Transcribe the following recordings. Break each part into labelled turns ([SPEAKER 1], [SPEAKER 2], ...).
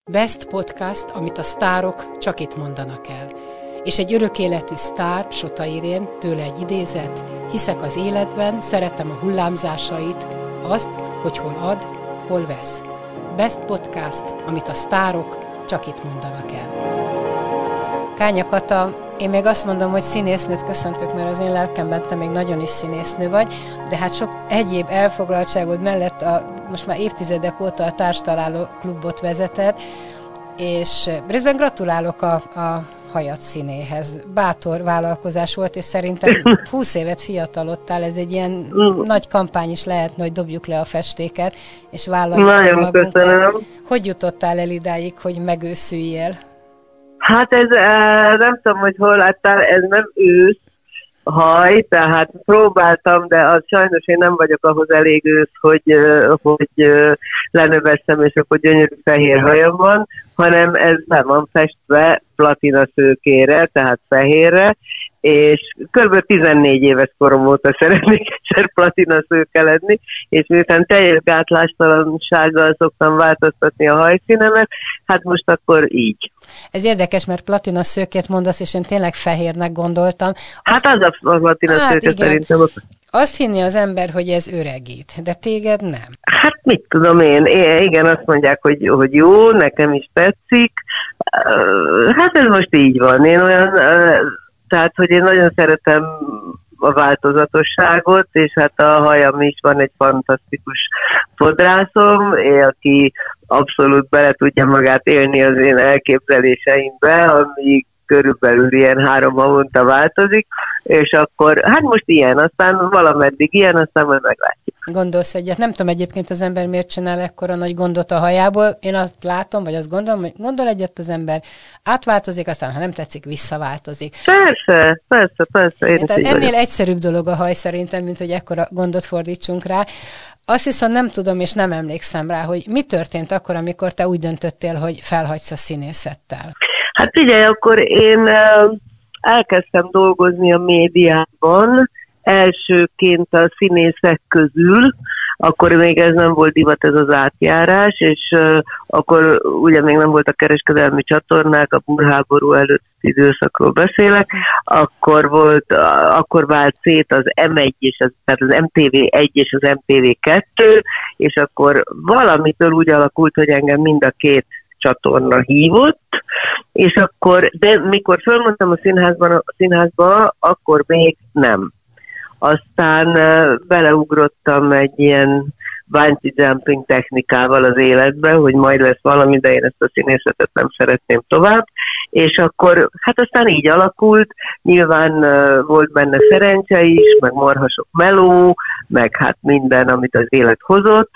[SPEAKER 1] Best Podcast, amit a sztárok csak itt mondanak el. És egy örök életű sztár, Sota Irén, tőle egy idézet: hiszek az életben, szeretem a hullámzásait, azt, hogy hol ad, hol vesz. Best Podcast, amit a sztárok csak itt mondanak el. Kánya Kata, én még azt mondom, hogy színésznőt köszöntök, mert az én lelkemben te még nagyon is színésznő vagy, de hát sok egyéb elfoglaltságod mellett most már évtizedek óta a Társtaláló Klubot vezeted, és részben gratulálok a hajad színéhez. Bátor vállalkozás volt, és szerintem 20 évet fiatalodtál, ez egy ilyen nagy kampány is lehetne, hogy dobjuk le a festéket, és vállaljuk magunkat. Köszönöm. Hogy jutottál el idáig, hogy megőszüljél?
[SPEAKER 2] Hát ez, nem tudom, hogy hol láttál, ez nem ősz haj, tehát próbáltam, de az sajnos én nem vagyok ahhoz elég ősz, hogy lenöveszem, és akkor gyönyörű fehér hajam van, hanem ez nem van festve platina szőkére, tehát fehérre, és kb. 14 éves korom óta szeretnék egyszer platina szőke lenni, és miután teljes gátlástalansággal szoktam változtatni a hajszínemet, hát most akkor így.
[SPEAKER 1] Ez érdekes, mert platina szőkét mondasz, és én tényleg fehérnek gondoltam.
[SPEAKER 2] Hát az a platina szőke szerintem.
[SPEAKER 1] Azt hinni az ember, hogy ez öregít, de téged nem.
[SPEAKER 2] Hát mit tudom én, igen, azt mondják, hogy jó, nekem is tetszik. Hát ez most így van. Én olyan, tehát, hogy én nagyon szeretem a változatosságot, és hát a hajam is, van egy fantasztikus fodrászom, aki abszolút bele tudja magát élni az én elképzeléseimbe, ami körülbelül ilyen 3 havonta változik, és akkor, hát most ilyen, aztán valameddig ilyen, aztán majd meglátjuk.
[SPEAKER 1] Gondolsz egyet. Nem tudom egyébként az ember miért csinál ekkora nagy gondot a hajából. Én azt látom, vagy azt gondolom, hogy gondol egyet az ember, átváltozik, aztán ha nem tetszik, visszaváltozik.
[SPEAKER 2] Persze.
[SPEAKER 1] Tehát ennél egyszerűbb dolog a haj szerintem, mint hogy ekkora gondot fordítsunk rá. Azt viszont nem tudom, és nem emlékszem rá, hogy mi történt akkor, amikor te úgy döntöttél, hogy felhagysz a színészettel.
[SPEAKER 2] Hát figyelj, akkor én elkezdtem dolgozni a médiában, elsőként a színészek közül, akkor még ez nem volt divat, ez az átjárás, és akkor ugye még nem volt a kereskedelmi csatornák, a burháború előtti időszakról beszélek, akkor vált szét az M1 tehát az MTV1 és az MTV2, és akkor valamitől úgy alakult, hogy engem mind a két csatorna hívott, és akkor, de mikor fölmondtam a színházba, akkor még nem. Aztán beleugrottam egy ilyen bungee jumping technikával az életbe, hogy majd lesz valami, de én ezt a színészetet nem szeretném tovább, és akkor, hát aztán így alakult, nyilván volt benne szerencse is, meg marhasok meló, meg hát minden, amit az élet hozott,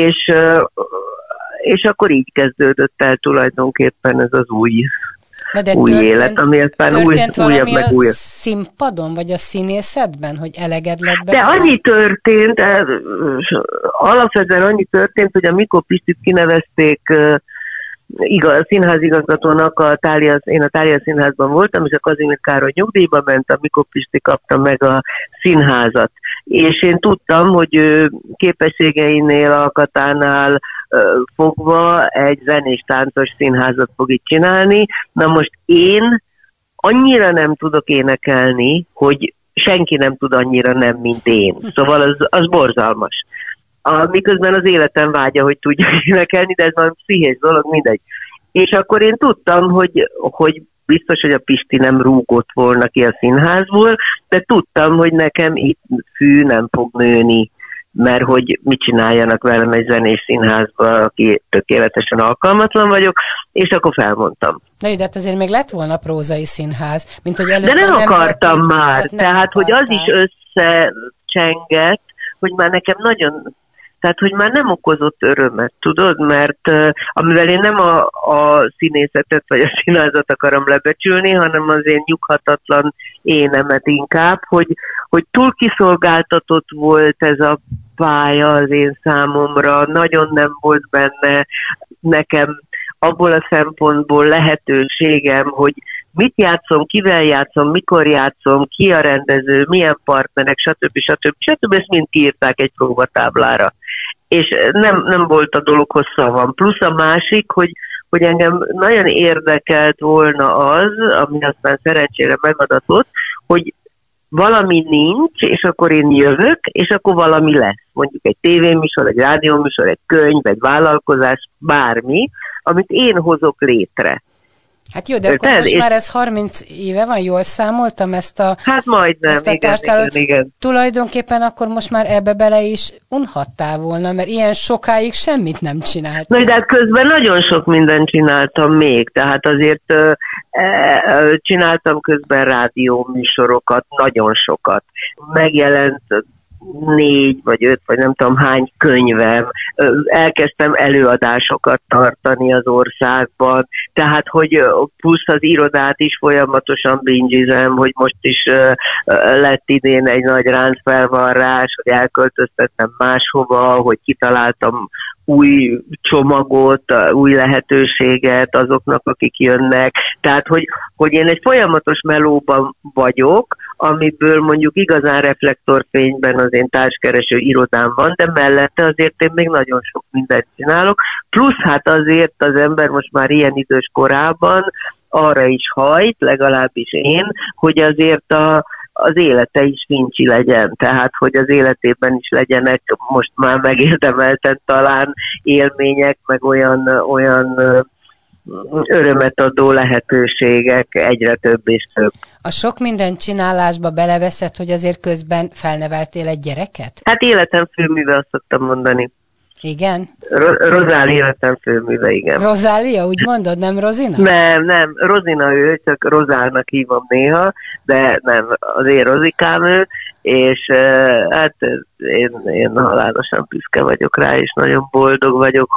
[SPEAKER 2] és akkor így kezdődött el tulajdonképpen ez az új élet, ami aztán újabb meg újabb.
[SPEAKER 1] Színpadon, vagy a színészetben, hogy eleged lett be?
[SPEAKER 2] De annyi történt, alapvetően annyi történt, hogy a Mikó Pistit kinevezték színházigazgatónak, én a Thália Színházban voltam, és a Kazimír Károly nyugdíjba ment, a Mikó Pisti kapta meg a színházat. És én tudtam, hogy ő képességeinél, alkatánál fogva egy zenés táncos színházat fog itt csinálni. Na most én annyira nem tudok énekelni, hogy senki nem tud annyira nem, mint én. Szóval az borzalmas. Miközben az életem vágya, hogy tudjak énekelni, de ez már pszichés dolog, mindegy. És akkor én tudtam, hogy biztos, hogy a Pisti nem rúgott volna ki a színházból, de tudtam, hogy nekem itt fű nem fog nőni, mert hogy mit csináljanak velem egy zenés színházba, aki tökéletesen alkalmatlan vagyok, és akkor felmondtam.
[SPEAKER 1] Na, de hát azért még lett volna prózai színház, mint hogy előtt.
[SPEAKER 2] De nem akartam már, tehát hogy az is összecsengett, hogy már nekem nagyon, tehát hogy már nem okozott örömet, tudod, mert amivel én nem a színészetet vagy a színházat akarom lebecsülni, hanem az én nyughatatlan énemet inkább, hogy túl kiszolgáltatott volt ez a pálya az én számomra, nagyon nem volt benne nekem abból a szempontból lehetőségem, hogy mit játszom, kivel játszom, mikor játszom, ki a rendező, milyen partnerek, stb. Ezt mind kiírták egy próbatáblára. És nem volt a dologhoz szavam. Plusz a másik, hogy engem nagyon érdekelt volna az, ami aztán szerencsére megadatott, hogy valami nincs, és akkor én jövök, és akkor valami lesz. Mondjuk egy tévéműsor, egy rádióműsor, egy könyv, egy vállalkozás, bármi, amit én hozok létre.
[SPEAKER 1] Hát jó, de akkor most már ez 30 éve van, jól számoltam ezt a...
[SPEAKER 2] Hát majdnem,
[SPEAKER 1] ezt a
[SPEAKER 2] igen.
[SPEAKER 1] Tulajdonképpen akkor most már ebbe bele is unhattál volna, mert ilyen sokáig semmit nem csináltam.
[SPEAKER 2] Na, de hát közben nagyon sok mindent csináltam még, tehát azért csináltam közben rádióműsorokat, nagyon sokat. Megjelent 4 vagy 5, vagy nem tudom hány könyvem, elkezdtem előadásokat tartani az országban, tehát hogy plusz az irodát is folyamatosan bingizem, hogy most is lett idén egy nagy ráncfelvarrás, hogy elköltöztettem máshova, hogy kitaláltam új csomagot, új lehetőséget azoknak, akik jönnek. Tehát, hogy én egy folyamatos melóban vagyok, amiből mondjuk igazán reflektorfényben az én társkereső irodám van, de mellette azért én még nagyon sok mindent csinálok. Plusz hát azért az ember most már ilyen idős korában arra is hajt, legalábbis én, hogy azért az élete is fincsi legyen, tehát hogy az életében is legyenek most már megérdemelten talán élmények, meg olyan örömet adó lehetőségek egyre több és több.
[SPEAKER 1] A sok minden csinálásba beleveszed, hogy azért közben felneveltél egy gyereket?
[SPEAKER 2] Hát életem főműve, azt szoktam mondani.
[SPEAKER 1] Igen?
[SPEAKER 2] Rozál életem főműve, igen.
[SPEAKER 1] Rozália, úgy mondod, nem Rozina?
[SPEAKER 2] Nem, Rozina ő, csak Rozálnak hívom néha, de nem, az én Rozikám ő, és hát én halálosan büszke vagyok rá, és nagyon boldog vagyok,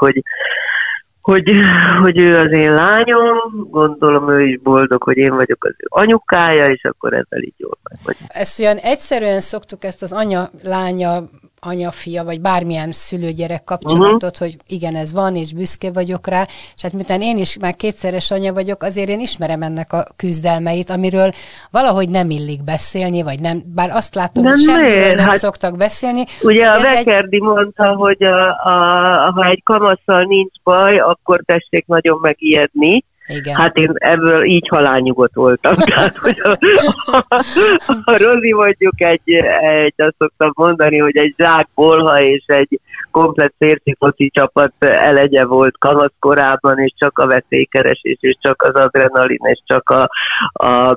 [SPEAKER 2] hogy ő az én lányom, gondolom ő is boldog, hogy én vagyok az ő anyukája, és akkor ezzel így jól meg vagyok.
[SPEAKER 1] Ezt olyan egyszerűen szoktuk ezt az anya-lánya, anya-fia, vagy bármilyen szülő-gyerek kapcsolatot, hogy igen, ez van, és büszke vagyok rá, és hát miután én is már kétszeres anya vagyok, azért én ismerem ennek a küzdelmeit, amiről valahogy nem illik beszélni, vagy nem, bár azt látom, hogy semmiről nem szoktak beszélni.
[SPEAKER 2] Ugye a Vekerdi mondta, hogy ha egy kamasszal nincs baj, akkor tessék nagyon megijedni.
[SPEAKER 1] Igen.
[SPEAKER 2] Hát én ebből így halálnyugodt voltam. Tehát, hogy a Rozi mondjuk azt szoktam mondani, hogy egy zsák bolha és egy komplett férfi foci csapat elegye volt kamaszkorában, és csak a veszélykeresés, és csak az adrenalin, és csak a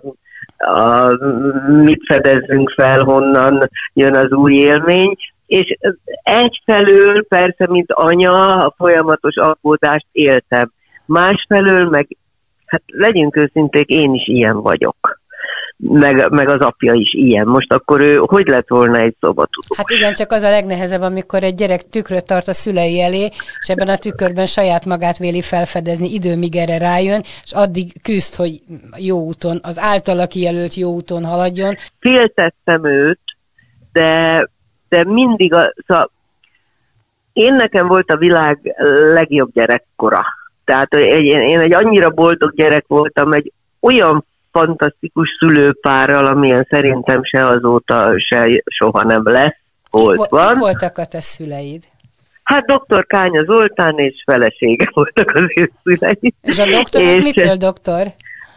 [SPEAKER 2] mit fedezzünk fel, honnan jön az új élmény. És egyfelől persze, mint anya, a folyamatos aggódást éltem. Másfelől meg, hát legyünk őszinték, én is ilyen vagyok. Meg az apja is ilyen. Most akkor ő hogy lett volna egy szobatudó?
[SPEAKER 1] Hát igen, csak az a legnehezebb, amikor egy gyerek tükröt tart a szülei elé, és ebben a tükörben saját magát véli felfedezni, idő, míg erre rájön, és addig küzd, hogy jó úton, az általa kijelölt jó úton haladjon.
[SPEAKER 2] Féltettem őt, de mindig szóval én nekem volt a világ legjobb gyerekkora. Tehát én egy annyira boldog gyerek voltam, egy olyan fantasztikus szülőpárral, amilyen szerintem se azóta, se soha nem lesz, van.
[SPEAKER 1] Kik voltak a te szüleid?
[SPEAKER 2] Hát dr. Kánya Zoltán és felesége voltak az ő szüleid.
[SPEAKER 1] És a doktor, az mitől doktor?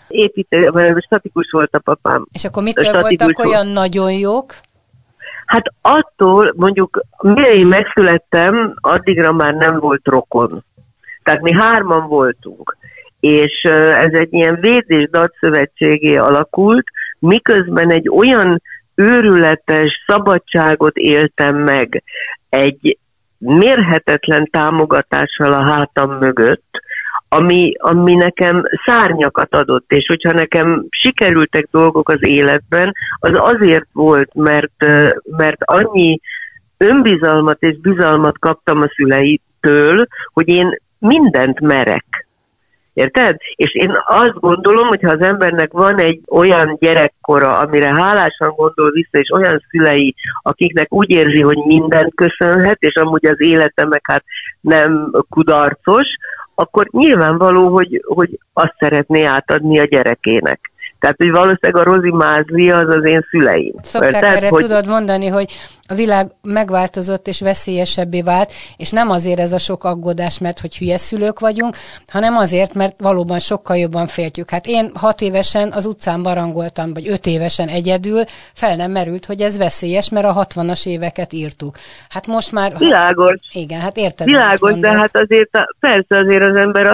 [SPEAKER 2] Statikus volt a papám.
[SPEAKER 1] És akkor mitől voltak olyan nagyon jók?
[SPEAKER 2] Hát attól, mondjuk, mire én megszülettem, addigra már nem volt rokon. Tehát mi 3 voltunk, és ez egy ilyen védés datszövetségé alakult, miközben egy olyan őrületes szabadságot éltem meg egy mérhetetlen támogatással a hátam mögött, ami nekem szárnyakat adott, és hogyha nekem sikerültek dolgok az életben, az azért volt, mert annyi önbizalmat és bizalmat kaptam a szüleitől, hogy én mindent merek. Érted? És én azt gondolom, hogy ha az embernek van egy olyan gyerekkora, amire hálásan gondol vissza, és olyan szülei, akiknek úgy érzi, hogy mindent köszönhet, és amúgy az élete meg hát nem kudarcos, akkor nyilvánvaló, hogy azt szeretné átadni a gyerekének. Tehát, hogy valószínűleg a Rozi Mázli az én szüleim.
[SPEAKER 1] Szokták erre tudod mondani, hogy a világ megváltozott és veszélyesebbé vált, és nem azért ez a sok aggódás, mert hogy hülye szülők vagyunk, hanem azért, mert valóban sokkal jobban féltjük. Hát én 6 évesen az utcán barangoltam, vagy 5 évesen egyedül, fel nem merült, hogy ez veszélyes, mert a 60-as éveket írtuk. Hát most már...
[SPEAKER 2] Világos.
[SPEAKER 1] Igen, hát érted.
[SPEAKER 2] Világos, de hát azért persze azért az ember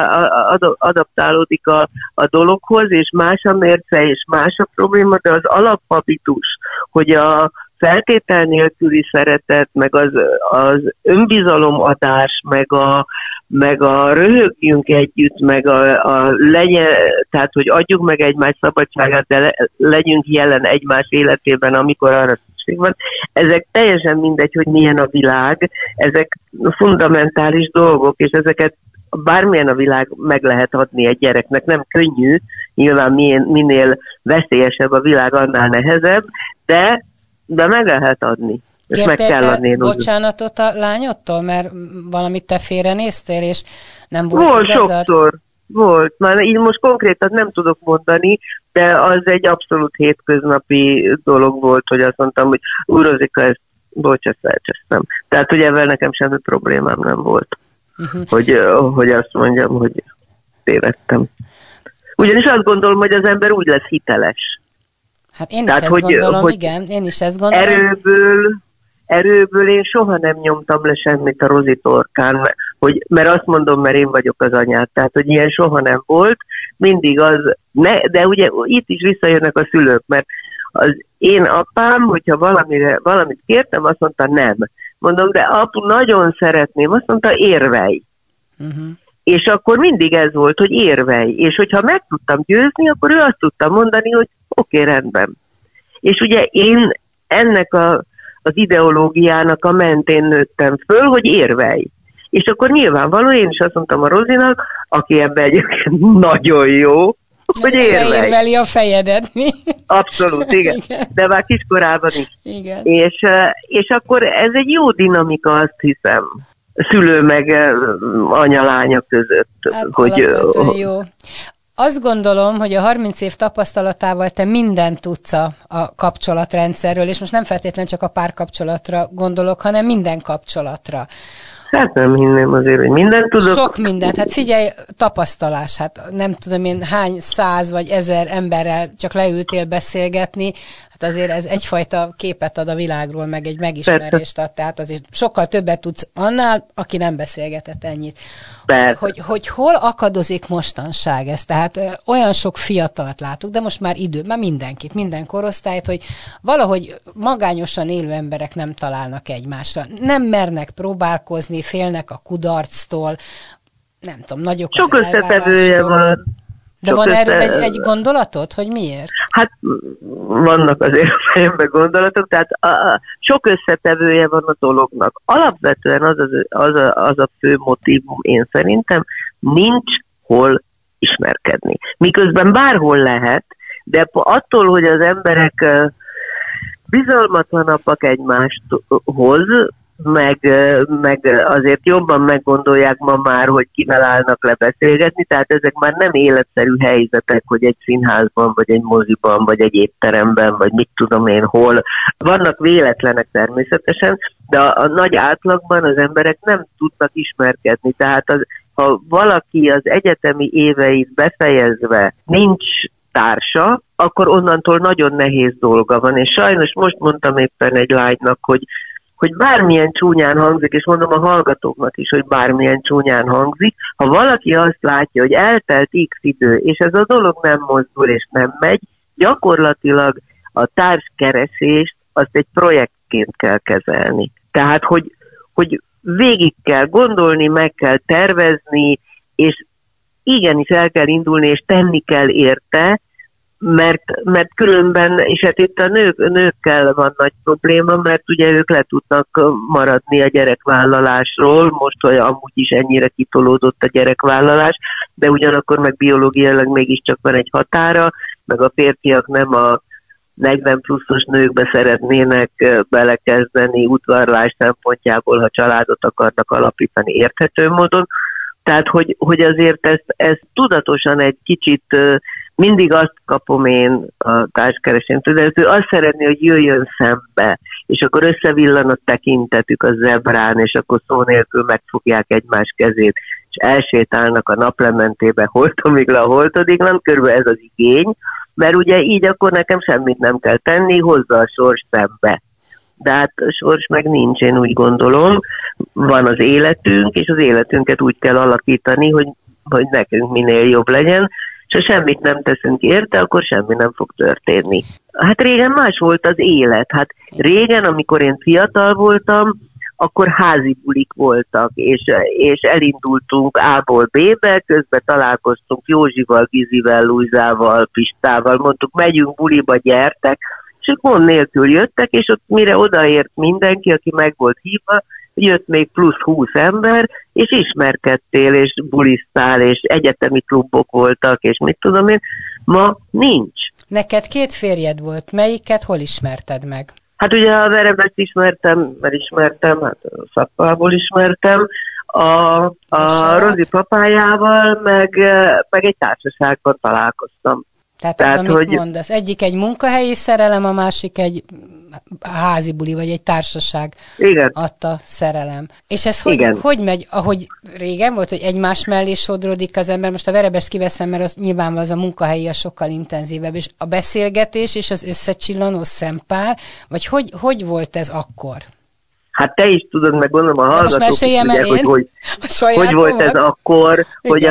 [SPEAKER 2] adaptálódik a dologhoz, és más a mérce, és más a probléma, de az alaphabitus, hogy a feltétel nélküli szeretet, meg az önbizalomadás, meg a röhögjünk együtt, meg tehát, hogy adjuk meg egymás szabadságát, de legyünk jelen egymás életében, amikor arra szükség van. Ezek teljesen mindegy, hogy milyen a világ, ezek fundamentális dolgok, és ezeket bármilyen a világ meg lehet adni egy gyereknek. Nem könnyű, nyilván minél veszélyesebb a világ, annál nehezebb, de meg lehet adni. És meg kell adni.
[SPEAKER 1] Bocsánatot a lányodtól, mert valamit te félrenéztél, és nem volt
[SPEAKER 2] igazad?
[SPEAKER 1] Sokszor.
[SPEAKER 2] Volt. Már így most konkrétan nem tudok mondani, de az egy abszolút hétköznapi dolog volt, hogy azt mondtam, hogy Rozika, ezt elcsesztem. Tehát, hogy ebben nekem semmi problémám nem volt. Hogy azt mondjam, hogy tévedtem. Ugyanis azt gondolom, hogy az ember úgy lesz hiteles.
[SPEAKER 1] Hát én is ezt gondolom, igen, én is ezt gondolom.
[SPEAKER 2] Erőből én soha nem nyomtam le semmit a Rozi torkán, mert azt mondom, mert én vagyok az anyád, tehát hogy ilyen soha nem volt, mindig az, de ugye itt is visszajönnek a szülők, mert az én apám, hogyha valamit kértem, azt mondta nem. Mondom, de apu, nagyon szeretném, azt mondta, érvelj. És akkor mindig ez volt, hogy érvelj. És hogyha meg tudtam győzni, akkor ő azt tudta mondani, hogy oké, rendben. És ugye én ennek az ideológiának a mentén nőttem föl, hogy érvelj. És akkor nyilvánvaló, én is azt mondtam a Rozinak, aki ebben egyébként nagyon jó, hogy érvelj.
[SPEAKER 1] Érveli a fejedet, mi?
[SPEAKER 2] Abszolút, igen. De már kiskorában is.
[SPEAKER 1] Igen.
[SPEAKER 2] És akkor ez egy jó dinamika, azt hiszem, szülő meg anya-lánya között.
[SPEAKER 1] Hát hogy jó. Azt gondolom, hogy a 30 év tapasztalatával te mindent tudsz a kapcsolatrendszerről, és most nem feltétlenül csak a párkapcsolatra gondolok, hanem minden kapcsolatra.
[SPEAKER 2] Hát nem hinném azért, hogy mindent tudok.
[SPEAKER 1] Sok mindent. Hát figyelj, tapasztalás. Hát nem tudom én hány 100 vagy 1000 emberrel csak leültél beszélgetni. Hát azért ez egyfajta képet ad a világról, meg egy megismerést ad. Tehát azért sokkal többet tudsz annál, aki nem beszélgetett ennyit. Hogy hol akadozik mostanság ez? Tehát olyan sok fiatalt látok, de most már már mindenkit, minden korosztályt, hogy valahogy magányosan élő emberek nem találnak egymásra. Nem mernek próbálkozni, félnek a kudarctól, nem tudom, nagyok
[SPEAKER 2] sok az összetevője van.
[SPEAKER 1] De van erről egy gondolatod, hogy miért?
[SPEAKER 2] Hát vannak azért a fejemben gondolatok, tehát sok összetevője van a dolognak. Alapvetően az a fő motívum, én szerintem, nincs hol ismerkedni. Miközben bárhol lehet, de attól, hogy az emberek bizalmatlanabbak egymáshoz, meg azért jobban meggondolják ma már, hogy kivel állnak le beszélgetni, tehát ezek már nem életszerű helyzetek, hogy egy színházban, vagy egy moziban, vagy egy étteremben, vagy mit tudom én hol. Vannak véletlenek természetesen, de a nagy átlagban az emberek nem tudnak ismerkedni, tehát ha valaki az egyetemi éveit befejezve nincs társa, akkor onnantól nagyon nehéz dolga van, és sajnos most mondtam éppen egy lánynak, hogy bármilyen csúnyán hangzik, és mondom a hallgatóknak is, hogy bármilyen csúnyán hangzik, ha valaki azt látja, hogy eltelt X idő, és ez a dolog nem mozdul és nem megy, gyakorlatilag a társkeresést azt egy projektként kell kezelni. Tehát, hogy végig kell gondolni, meg kell tervezni, és igenis el kell indulni, és tenni kell érte, mert különben, és hát itt a nőkkel van nagy probléma, mert ugye ők le tudnak maradni a gyerekvállalásról, most, hogy amúgy is ennyire kitolódott a gyerekvállalás, de ugyanakkor meg biológiailag mégiscsak van egy határa, meg a férfiak nem a 40 pluszos nőkbe szeretnének belekezdeni udvarlás szempontjából, ha családot akarnak alapítani érthető módon. Tehát, hogy azért ezt tudatosan egy kicsit mindig azt kapom én a társkeresőtől, de ő azt szeretné, hogy jöjjön szembe, és akkor összevillan a tekintetük a zebrán, és akkor szó nélkül megfogják egymás kezét, és elsétálnak a naplementébe holtomigla, holtodiglan, körülbelül ez az igény, mert ugye így akkor nekem semmit nem kell tenni, hozza a sors szembe. De hát a sors meg nincs, én úgy gondolom, van az életünk, és az életünket úgy kell alakítani, hogy nekünk minél jobb legyen, és ha semmit nem teszünk érte, akkor semmi nem fog történni. Hát régen más volt az élet. Hát régen, amikor én fiatal voltam, akkor házi bulik voltak, és elindultunk A-ból B-be, közben találkoztunk Józsival, Gizivel, Lujzával, Pistával, mondtuk, megyünk buliba, gyertek, és ők gond nélkül jöttek, és ott mire odaért mindenki, aki meg volt hívva, jött még plusz 20 ember, és ismerkedtél, és bulisztál, és egyetemi klubok voltak, és mit tudom én, ma nincs.
[SPEAKER 1] Neked 2 férjed volt, melyiket hol ismerted meg?
[SPEAKER 2] Hát ugye a Verebest ismertem, hát a szakmából ismertem, a Rozi papájával, meg egy társaságban találkoztam.
[SPEAKER 1] Tehát az, amit mondasz, egyik egy munkahelyi szerelem, a másik egy házi buli, vagy egy társaság adta szerelem. És ez hogy megy, ahogy régen volt, hogy egymás mellé sodródik az ember, most a Verebest kiveszem, mert az nyilvánvalóan az a munkahelyi a sokkal intenzívebb, és a beszélgetés és az összecsillanó szempár, vagy hogy volt ez akkor? Hát
[SPEAKER 2] te is tudod, meg gondolom a hallgatók is tudják, hogy volt ez akkor, hogy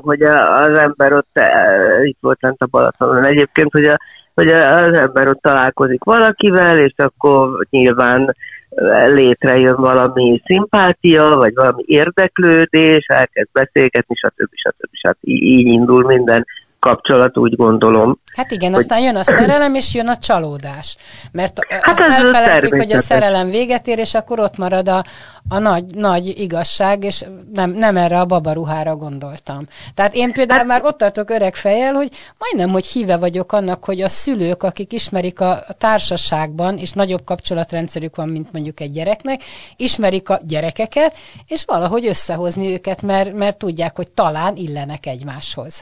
[SPEAKER 2] az ember ott, itt volt lent a Balatonon egyébként, hogy az ember ott találkozik valakivel, és akkor nyilván létrejön valami szimpátia, vagy valami érdeklődés, elkezd beszélgetni, stb. Így indul minden kapcsolat, úgy gondolom.
[SPEAKER 1] Hát igen, aztán jön a szerelem, és jön a csalódás. Mert azt elfelejtik, hogy a szerelem véget ér, és akkor ott marad a nagy igazság, és nem erre a babaruhára gondoltam. Tehát én például már ott tartok öreg fejjel, hogy majdnem, hogy híve vagyok annak, hogy a szülők, akik ismerik a társaságban, és nagyobb kapcsolatrendszerük van, mint mondjuk egy gyereknek, ismerik a gyerekeket, és valahogy összehozni őket, mert tudják, hogy talán illenek egymáshoz.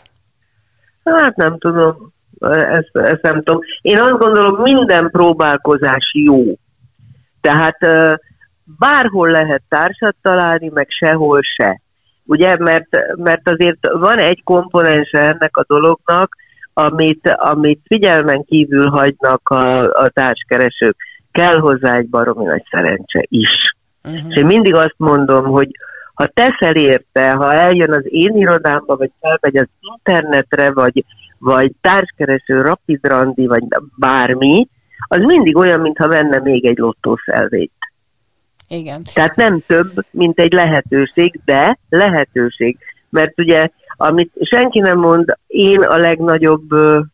[SPEAKER 2] Hát nem tudom, ezt nem tudom. Én azt gondolom, minden próbálkozás jó. Tehát bárhol lehet társat találni, meg sehol se. Ugye, mert azért van egy komponense ennek a dolognak, amit figyelmen kívül hagynak a társkeresők. Kell hozzá egy baromi nagy szerencse is. Uh-huh. És én mindig azt mondom, hogy ha teszel érte, ha eljön az én irodámba, vagy felmegy az internetre, vagy társkereső, rapidrandi, vagy bármi, az mindig olyan, mintha venne még egy lottószelvényt.
[SPEAKER 1] Igen.
[SPEAKER 2] Tehát nem több, mint egy lehetőség, de lehetőség. Mert ugye, amit senki nem mond, én a legnagyobb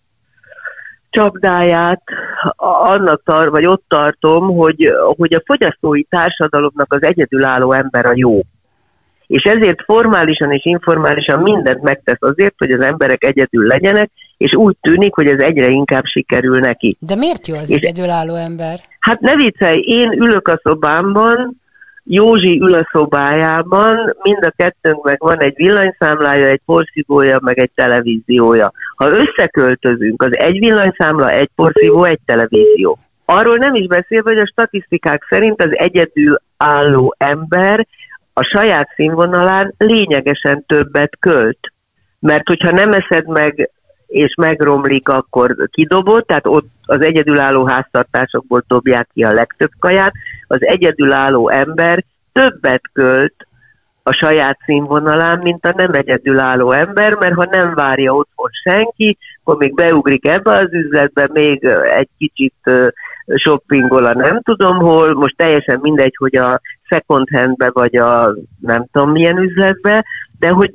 [SPEAKER 2] csapdáját annak vagy ott tartom, hogy a fogyasztói társadalomnak az egyedülálló ember a jó. És ezért formálisan és informálisan mindent megtesz azért, hogy az emberek egyedül legyenek, és úgy tűnik, hogy ez egyre inkább sikerül neki.
[SPEAKER 1] De miért jó az egyedülálló ember?
[SPEAKER 2] Hát ne viccelj, én ülök a szobámban, Józsi ül a szobájában, mind a kettőnknek van egy villanyszámlája, egy porszívója, meg egy televíziója. Ha összeköltözünk, az egy villanyszámla, egy porszívó, egy televízió. Arról nem is beszélve, hogy a statisztikák szerint az egyedülálló ember a saját színvonalán lényegesen többet költ. Mert hogyha nem eszed meg, és megromlik, akkor kidobod, tehát ott az egyedülálló háztartásokból dobják ki a legtöbb kaját, az egyedülálló ember többet költ a saját színvonalán, mint a nem egyedülálló ember, mert ha nem várja otthon senki, akkor még beugrik ebbe az üzletbe, még egy kicsit shoppingol a nem tudom hol, most teljesen mindegy, hogy a second handbe, vagy a nem tudom milyen üzletbe, de hogy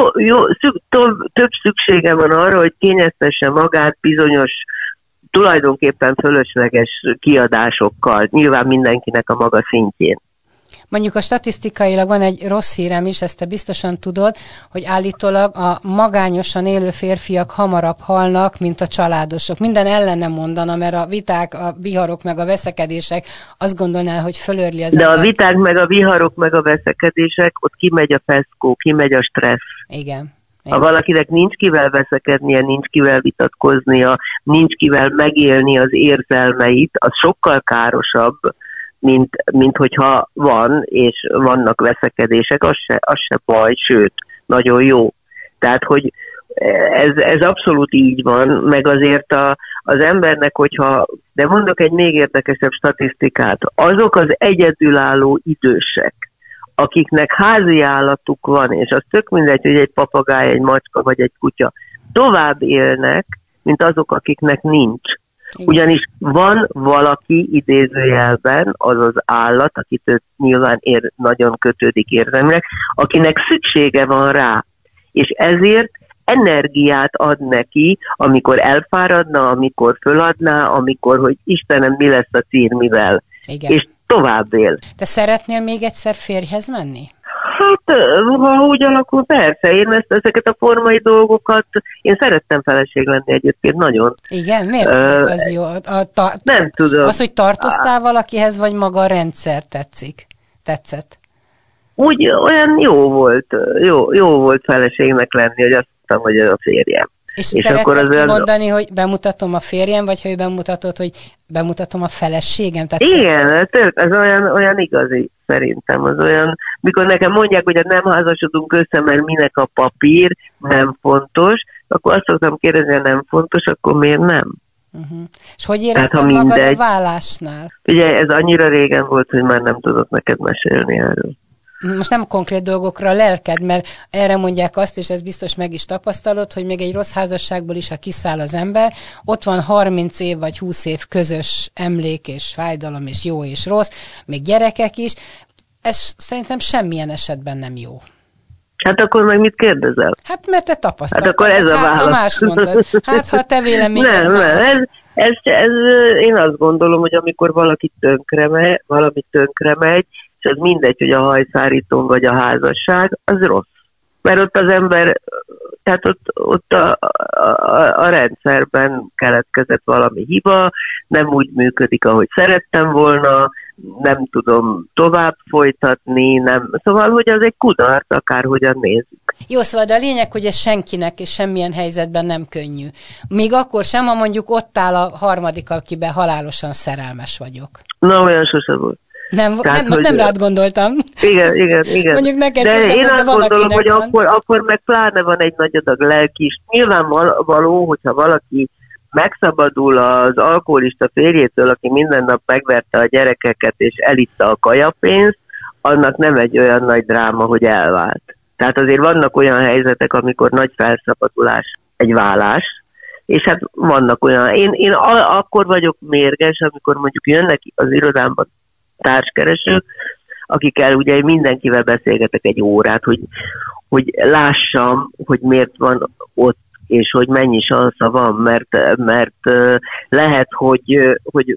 [SPEAKER 2] több szüksége van arra, hogy kényeztesse magát bizonyos tulajdonképpen fölösleges kiadásokkal, nyilván mindenkinek a maga szintjén.
[SPEAKER 1] Mondjuk a statisztikailag van egy rossz hírem is, ezt te biztosan tudod, hogy állítólag a magányosan élő férfiak hamarabb halnak, mint a családosok. Minden ellene mondana, mert a viták, a viharok meg a veszekedések azt gondolná, hogy fölörli az ember.
[SPEAKER 2] De a viták meg a viharok meg a veszekedések, ott kimegy a feszkó, kimegy a stressz.
[SPEAKER 1] Igen.
[SPEAKER 2] Ha valakinek nincs kivel veszekednie, nincs kivel vitatkoznia, nincs kivel megélni az érzelmeit, az sokkal károsabb, mint hogyha van, és vannak veszekedések, az se baj, sőt, nagyon jó. Tehát, hogy ez abszolút így van, meg azért az embernek, hogyha, de mondok egy még érdekesebb statisztikát, azok az egyedülálló idősek, akiknek házi állatuk van, és az tök mindegy, hogy egy papagáj, egy macska vagy egy kutya, tovább élnek, mint azok, akiknek nincs. Ugyanis van valaki idézőjelben, az az állat, akit ő nyilván nagyon kötődik érzelmileg, akinek szüksége van rá. És ezért energiát ad neki, amikor elfáradna, amikor föladná, amikor, hogy Istenem, mi lesz a círmivel.
[SPEAKER 1] Igen.
[SPEAKER 2] És tovább él.
[SPEAKER 1] Te szeretnél még egyszer férjhez menni?
[SPEAKER 2] Hát, ha úgy alakul, persze. Én ezeket a formai dolgokat, én szerettem feleség lenni egyébként nagyon.
[SPEAKER 1] Igen? Miért volt az jó?
[SPEAKER 2] Nem tudom.
[SPEAKER 1] Az, hogy tartoztál valakihez, vagy maga a rendszer tetszett?
[SPEAKER 2] Úgy, olyan jó volt feleségnek lenni, hogy azt mondtam, hogy a férjem.
[SPEAKER 1] És szeretnéd mondani, hogy bemutatom a férjem, vagy ha ő bemutatod, hogy bemutatom a feleségem? Tehát
[SPEAKER 2] igen, ez olyan igazi szerintem. Az olyan, mikor nekem mondják, hogy nem házasodunk össze, mert minek a papír, nem fontos, akkor azt szoktam kérdezni, hogy nem fontos, akkor miért nem?
[SPEAKER 1] És hogy érezted magad a vállásnál?
[SPEAKER 2] Ugye ez annyira régen volt, hogy már nem tudok neked mesélni erről.
[SPEAKER 1] Most nem konkrét dolgokra lelked, mert erre mondják azt, és ez biztos meg is tapasztalod, hogy még egy rossz házasságból is, ha kiszáll az ember, ott van 30 év vagy 20 év közös emlék és fájdalom és jó és rossz, még gyerekek is. Ez szerintem semmilyen esetben nem jó.
[SPEAKER 2] Hát akkor meg mit kérdezel?
[SPEAKER 1] Hát mert te tapasztaltad.
[SPEAKER 2] Hát akkor ez a válasz.
[SPEAKER 1] Ha más mondod. Hát ha te véleményed
[SPEAKER 2] nem, ez én azt gondolom, hogy amikor valami tönkre megy, és az mindegy, hogy a hajszárítón vagy a házasság, az rossz. Mert ott az ember, tehát ott a rendszerben keletkezett valami hiba, nem úgy működik, ahogy szerettem volna, nem tudom tovább folytatni, nem. Szóval, hogy az egy kudarc, akárhogyan nézzük.
[SPEAKER 1] Jó, szóval de a lényeg, hogy ez senkinek és semmilyen helyzetben nem könnyű. Még akkor sem, ha mondjuk ott áll a harmadik, akiben halálosan szerelmes vagyok.
[SPEAKER 2] Na, olyan sose volt.
[SPEAKER 1] Most nem rád gondoltam.
[SPEAKER 2] Igen.
[SPEAKER 1] Mondjuk neked
[SPEAKER 2] de én azt gondolom, hogy akkor meg pláne van egy nagy adag lelki is. Nyilvánvaló, hogyha valaki megszabadul az alkoholista férjétől, aki minden nap megverte a gyerekeket és elitta a kajapénzt, annak nem egy olyan nagy dráma, hogy elvált. Tehát azért vannak olyan helyzetek, amikor nagy felszabadulás egy válás, és hát vannak olyan... Én akkor vagyok mérges, amikor mondjuk jönnek az irodámban társkeresők, akikkel ugye mindenkivel beszélgetek egy órát, hogy lássam, hogy miért van ott, és hogy mennyi sansza van, mert lehet, hogy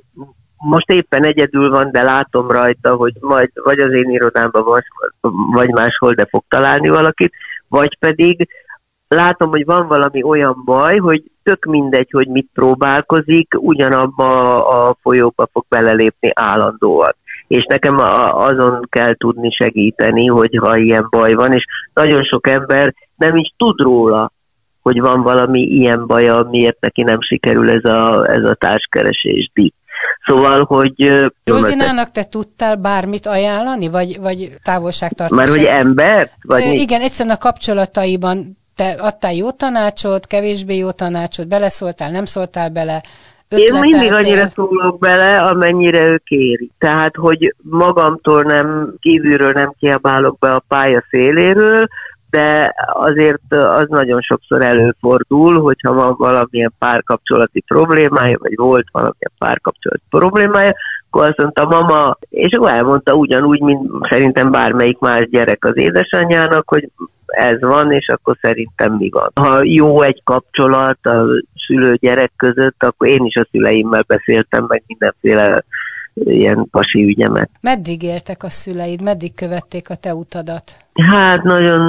[SPEAKER 2] most éppen egyedül van, de látom rajta, hogy majd vagy az én irodámban, vagy máshol, de fog találni valakit, vagy pedig látom, hogy van valami olyan baj, hogy tök mindegy, hogy mit próbálkozik, ugyanabba a folyóba fog belelépni állandóan. És nekem azon kell tudni segíteni, hogyha ilyen baj van, és nagyon sok ember nem is tud róla, hogy van valami ilyen baja, miért neki nem sikerül ez a társkeresés. Szóval, hogy...
[SPEAKER 1] Rozinának te tudtál bármit ajánlani, vagy távolságtartás?
[SPEAKER 2] Már hogy embert? Vagy
[SPEAKER 1] igen, egyszerűen a kapcsolataiban te adtál jó tanácsot, kevésbé jó tanácsot, beleszóltál, nem szóltál bele,
[SPEAKER 2] ötleteltél? Én mindig annyira szólok bele, amennyire ő kéri. Tehát, hogy magamtól kívülről nem kiabálok be a pálya széléről, de azért az nagyon sokszor előfordul, hogyha van valamilyen párkapcsolati problémája, vagy volt valamilyen párkapcsolati problémája, akkor azt mondta mama, és akkor elmondta ugyanúgy, mint szerintem bármelyik más gyerek az édesanyjának, hogy ez van, és akkor szerintem mi van. Ha jó egy kapcsolat a szülő-gyerek között, akkor én is a szüleimmel beszéltem meg mindenféle ilyen pasi ügyemet.
[SPEAKER 1] Meddig éltek a szüleid? Meddig követték a te utadat?
[SPEAKER 2] Hát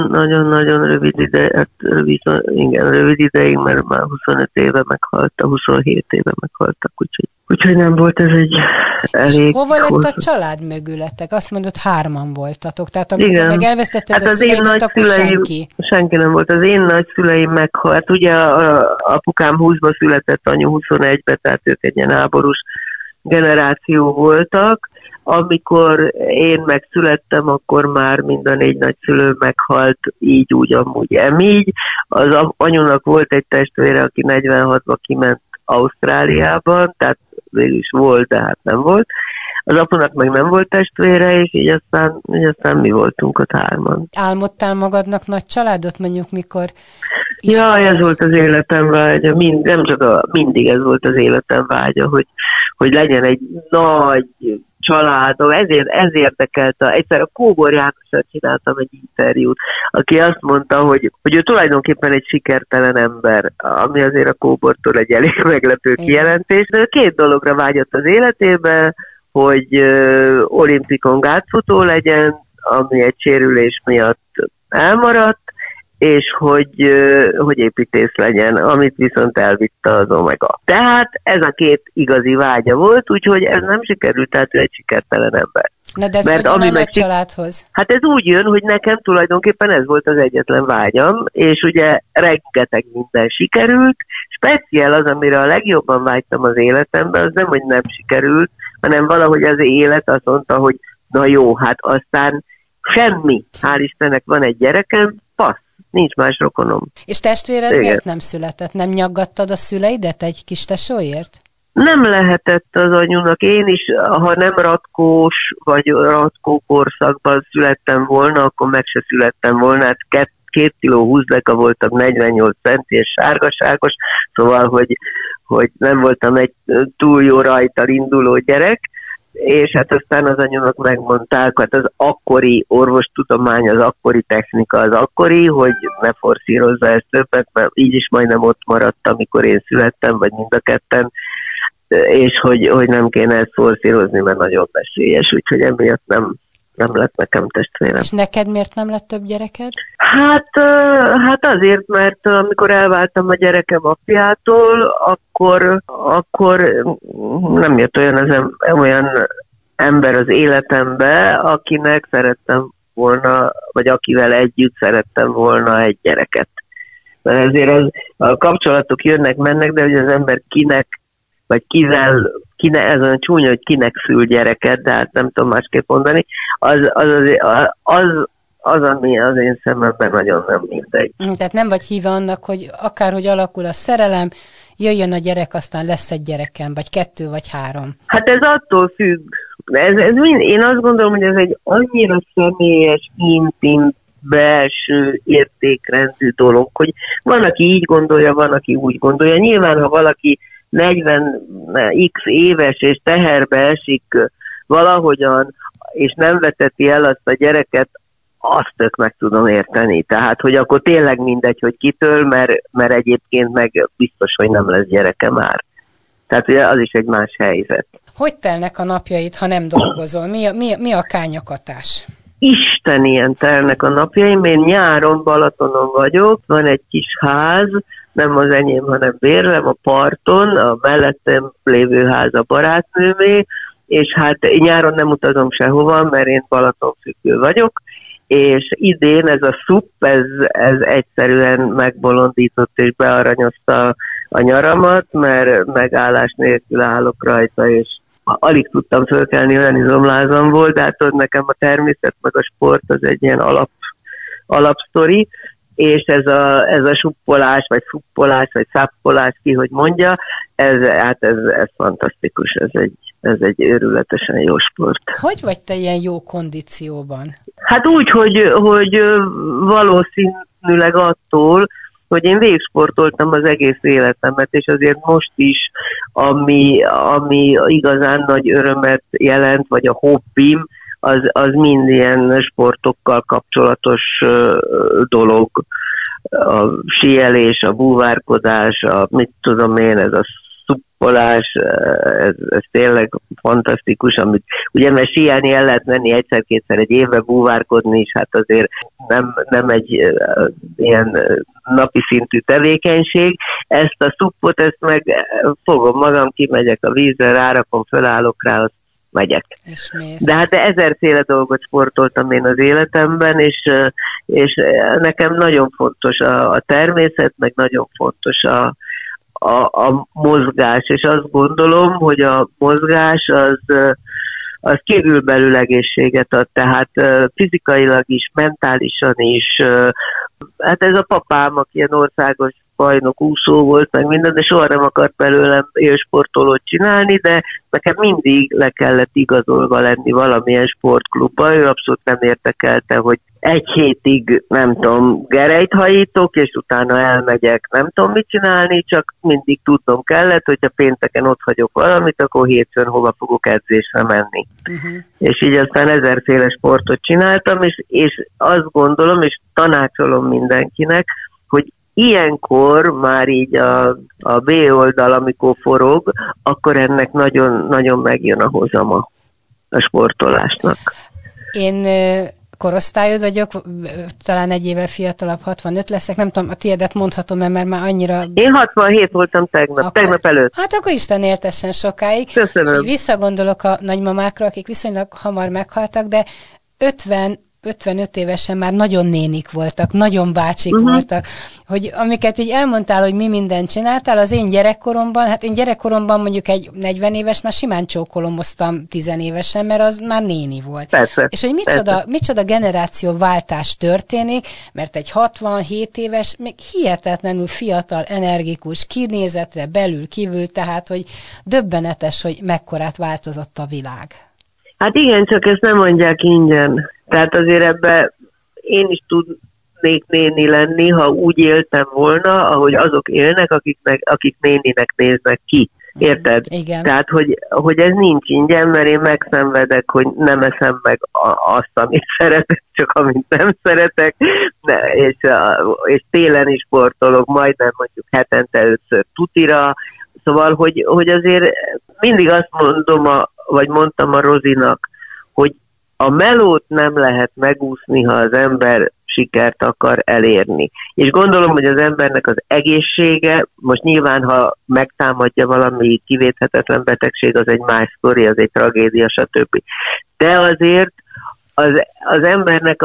[SPEAKER 2] nagyon rövid ideig, mert már 25 éve meghaltak, 27 éve meghaltak, úgyhogy Úgyhogy nem volt ez egy elég...
[SPEAKER 1] Hova lett a család mögületek? Azt mondod, 3-an voltatok. Tehát amikor
[SPEAKER 2] igen.
[SPEAKER 1] meg elvesztetted
[SPEAKER 2] hát
[SPEAKER 1] a szüleidet, akkor senki.
[SPEAKER 2] Senki nem volt. Az én nagyszüleim meghalt. Ugye apukám 20-ban született, anyu 21-ben, tehát ők egy ilyen háborús generáció voltak. Amikor én megszülettem, akkor már mind a 4 nagyszülő meghalt, így úgy, amúgy emígy. Az anyunak volt egy testvére, aki 46-ban kiment Ausztráliában, tehát végül is volt, de hát nem volt. Az apunak meg nem volt testvére, és így aztán mi voltunk ott 3-an.
[SPEAKER 1] Álmodtál magadnak nagy családot, mondjuk mikor...
[SPEAKER 2] Ja, ez volt az életem vágya, mindig ez volt az életem vágya, hogy legyen egy nagy családom, ez érdekelte. Egyszer a Kóbor Jánossal csináltam egy interjút, aki azt mondta, hogy ő tulajdonképpen egy sikertelen ember, ami azért a Kóbortól egy elég meglepő kijelentés. De 2 dologra vágyott az életében, hogy olimpikon gátfutó legyen, ami egy sérülés miatt elmaradt, és hogy építész legyen, amit viszont elvitte az Omega. Tehát ez a 2 igazi vágya volt, úgyhogy ez nem sikerült, tehát ő egy sikertelen ember.
[SPEAKER 1] Na de ez hogyan a családhoz?
[SPEAKER 2] Hát ez úgy jön, hogy nekem tulajdonképpen ez volt az egyetlen vágyam, és ugye rengeteg minden sikerült, speciál az, amire a legjobban vágytam az életemben, az nem, hogy nem sikerült, hanem valahogy az élet azt mondta, hogy na jó, hát aztán semmi, hál' Istennek van egy gyerekem, passz. Nincs más rokonom.
[SPEAKER 1] És testvéred igen. Miért nem született? Nem nyaggattad a szüleidet egy kis tesóért?
[SPEAKER 2] Nem lehetett az anyunak. Én is, ha nem ratkós vagy ratkó korszakban születtem volna, akkor meg se születtem volna. Hát 2 kiló 20 deka voltak, 48 centi és sárgaságos, szóval, hogy nem voltam egy túl jó rajtal induló gyerek, és hát aztán az anyunak megmondták, hát az akkori orvostudomány, az akkori technika, az akkori, hogy ne forszírozza ezt többet, mert így is majdnem ott maradt, amikor én születtem, vagy mind a ketten, és hogy nem kéne ezt forszírozni, mert nagyon veszélyes, úgyhogy emiatt nem lett nekem testvérem.
[SPEAKER 1] És neked miért nem lett több gyereked?
[SPEAKER 2] Hát azért, mert amikor elváltam a gyerekem apjától, akkor nem jött olyan ember az életembe, akinek szerettem volna, vagy akivel együtt szerettem volna egy gyereket. Mert ezért a kapcsolatok jönnek-mennek, de hogy az ember kinek, vagy kivel, ez olyan csúnya, hogy kinek szül gyereket, de hát nem tudom másképp mondani, az, ami az én szememben nagyon nem mindegy.
[SPEAKER 1] Tehát nem vagy híve annak, hogy akárhogy alakul a szerelem, jöjjön a gyerek, aztán lesz egy gyerekem, vagy 2, vagy 3.
[SPEAKER 2] Hát ez attól függ. Én azt gondolom, hogy ez egy annyira személyes, intim, belső értékrendű dolog, hogy van, aki így gondolja, van, aki úgy gondolja. Nyilván, ha valaki 40x éves és teherbe esik valahogyan, és nem veteti el azt a gyereket, azt tök meg tudom érteni. Tehát, hogy akkor tényleg mindegy, hogy kitől, mert egyébként meg biztos, hogy nem lesz gyereke már. Tehát ugye az is egy más helyzet.
[SPEAKER 1] Hogy telnek a napjaid, ha nem dolgozol? Mi a kányakatás?
[SPEAKER 2] Isten, ilyen telnek a napjaim. Én nyáron Balatonon vagyok, van egy kis ház, nem az enyém, hanem bérlem a parton, a mellettem lévő ház a barátnőmé, és hát nyáron nem utazom sehova, mert én Balatonfüggő vagyok, és idén ez a szupp, ez egyszerűen megbolondított és bearanyozta a nyaramat, mert megállás nélkül állok rajta, és alig tudtam fölkelni, olyan izomlázam volt, de hát nekem a természet meg a sport az egy ilyen alapsztori, és ez a suppolás, vagy szuppolás, vagy száppolás, ki hogy mondja, ez fantasztikus, ez egy őrületesen jó sport.
[SPEAKER 1] Hogy vagy te ilyen jó kondícióban?
[SPEAKER 2] Hát úgy, hogy valószínűleg attól, hogy én végigsportoltam az egész életemet, és azért most is, ami igazán nagy örömet jelent, vagy a hobbim, az mind ilyen sportokkal kapcsolatos dolog. A síelés, a búvárkodás, mit tudom én, ez a szuppolás, ez tényleg fantasztikus, amit ugye mert síelni el lehet menni egyszer-kétszer egy évbe, búvárkodni is, hát azért nem egy ilyen napi szintű tevékenység. Ezt a szuppot, ezt meg fogom magam, kimegyek a vízre, rárakom, fölállok rá, azt megyek. De hát ezerféle dolgot sportoltam én az életemben, és nekem nagyon fontos a természet, meg nagyon fontos a mozgás, és azt gondolom, hogy a mozgás az kívülbelül egészséget ad, tehát fizikailag is, mentálisan is. Hát ez a papám, aki ilyen országos bajnok úszó volt, meg minden, de soha nem akart belőlem élsportolót csinálni, de nekem mindig le kellett igazolva lenni valamilyen sportklubba. Ő abszolút nem érdekelte, hogy egy hétig, nem tudom, gerejt hajítok, és utána elmegyek, nem tudom mit csinálni, csak mindig tudnom kellett, hogyha pénteken ott hagyok valamit, akkor hétfőn hova fogok edzésre menni. És így aztán ezerféle sportot csináltam, és azt gondolom, és tanácsolom mindenkinek, hogy ilyenkor már így a B oldal, amikor forog, akkor ennek nagyon, nagyon megjön a hozama a sportolásnak.
[SPEAKER 1] Én korosztályod vagyok, talán egy évvel fiatalabb, 65 leszek, nem tudom, a tiédet mondhatom, mert már annyira...
[SPEAKER 2] Én 67 voltam tegnap előtt.
[SPEAKER 1] Hát akkor Isten éltessen sokáig.
[SPEAKER 2] Köszönöm.
[SPEAKER 1] Visszagondolok a nagymamákra, akik viszonylag hamar meghaltak, de 55 évesen már nagyon nénik voltak, nagyon bácsik voltak, hogy amiket így elmondtál, hogy mi mindent csináltál, az én gyerekkoromban mondjuk egy 40 éves már simán csókolomoztam 10 évesen, mert az már néni volt.
[SPEAKER 2] Persze,
[SPEAKER 1] és hogy micsoda generációváltás történik, mert egy 67 éves, még hihetetlenül fiatal, energikus, kinézetre, belül, kívül, tehát, hogy döbbenetes, hogy mekkorát változott a világ.
[SPEAKER 2] Hát igen, csak ezt nem mondják ingyen. Tehát azért ebbe én is tudnék néni lenni, ha úgy éltem volna, ahogy azok élnek, akik néninek néznek ki. Érted?
[SPEAKER 1] Igen.
[SPEAKER 2] Tehát, hogy ez nincs ingyen, mert én megszenvedek, hogy nem eszem meg azt, amit szeretek, csak amit nem szeretek, és télen is sportolok, majdnem mondjuk hetente 5-ször tutira. Szóval, hogy azért mindig azt mondtam a Rozinak, hogy a melót nem lehet megúszni, ha az ember sikert akar elérni. És gondolom, hogy az embernek az egészsége, most nyilván, ha megtámadja valami kivéthetetlen betegség, az egy más sztori, az egy tragédia, stb. De azért az embernek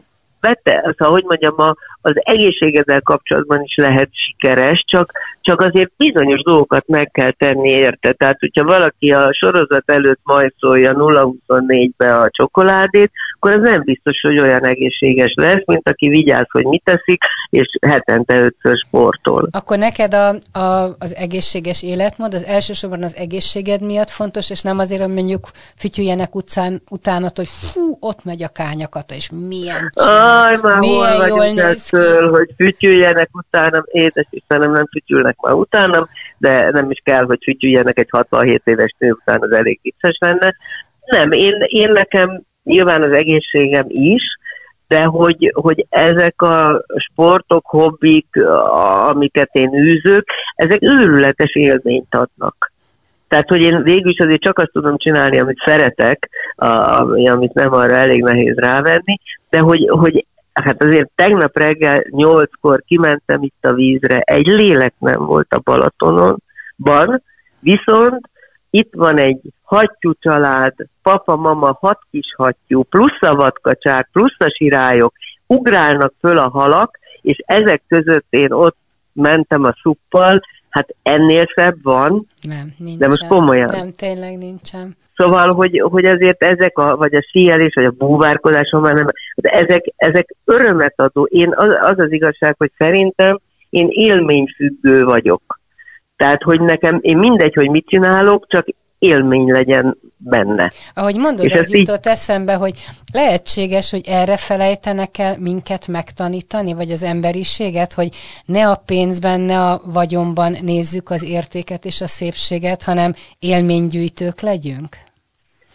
[SPEAKER 2] az egészségeddel kapcsolatban is lehet sikeres, csak azért bizonyos dolgokat meg kell tenni érte. Tehát, hogyha valaki a sorozat előtt majszolja 0-24-be a csokoládét, akkor ez nem biztos, hogy olyan egészséges lesz, mint aki vigyáz, hogy mit teszik, és hetente 5-ször sportol.
[SPEAKER 1] Akkor neked az egészséges életmód, az elsősorban az egészséged miatt fontos, és nem azért, hogy mondjuk fütyüljenek utánat, hogy fú, ott megy a kányakata, és milyen jól néz ki.
[SPEAKER 2] Hogy fütyüljenek utánam, édes Istenem, nem fütyülnek már utánam, de nem is kell, hogy fütyüljenek egy 67 éves nő után, az elég vicces lenne. Nem, én nekem nyilván az egészségem is, de hogy ezek a sportok, hobbik, amiket én űzök, ezek őrületes élményt adnak. Tehát, hogy én végül is azért csak azt tudom csinálni, amit szeretek, amit nem arra elég nehéz rávenni, de hogy hát azért tegnap reggel 8-kor kimentem itt a vízre, egy lélek nem volt a Balatononban, viszont itt van egy hattyú család, papa, mama, 6 kis hattyú, plusz a vadkacsák, plusz a sirályok, ugrálnak föl a halak, és ezek között én ott mentem a szuppal, hát ennél szebb van,
[SPEAKER 1] nem, nincsen.
[SPEAKER 2] De most komolyan.
[SPEAKER 1] Nem, tényleg nincsen.
[SPEAKER 2] Szóval, hogy azért ezek, vagy a síelés, vagy a búvárkodáson már nem, de ezek örömet adó. Az igazság, hogy szerintem én élményfüggő vagyok. Tehát, hogy nekem, én mindegy, hogy mit csinálok, csak élmény legyen benne.
[SPEAKER 1] Ahogy mondod, és ez jutott eszembe, hogy lehetséges, hogy erre felejtenek el minket megtanítani, vagy az emberiséget, hogy ne a pénzben, ne a vagyonban nézzük az értéket és a szépséget, hanem élménygyűjtők legyünk?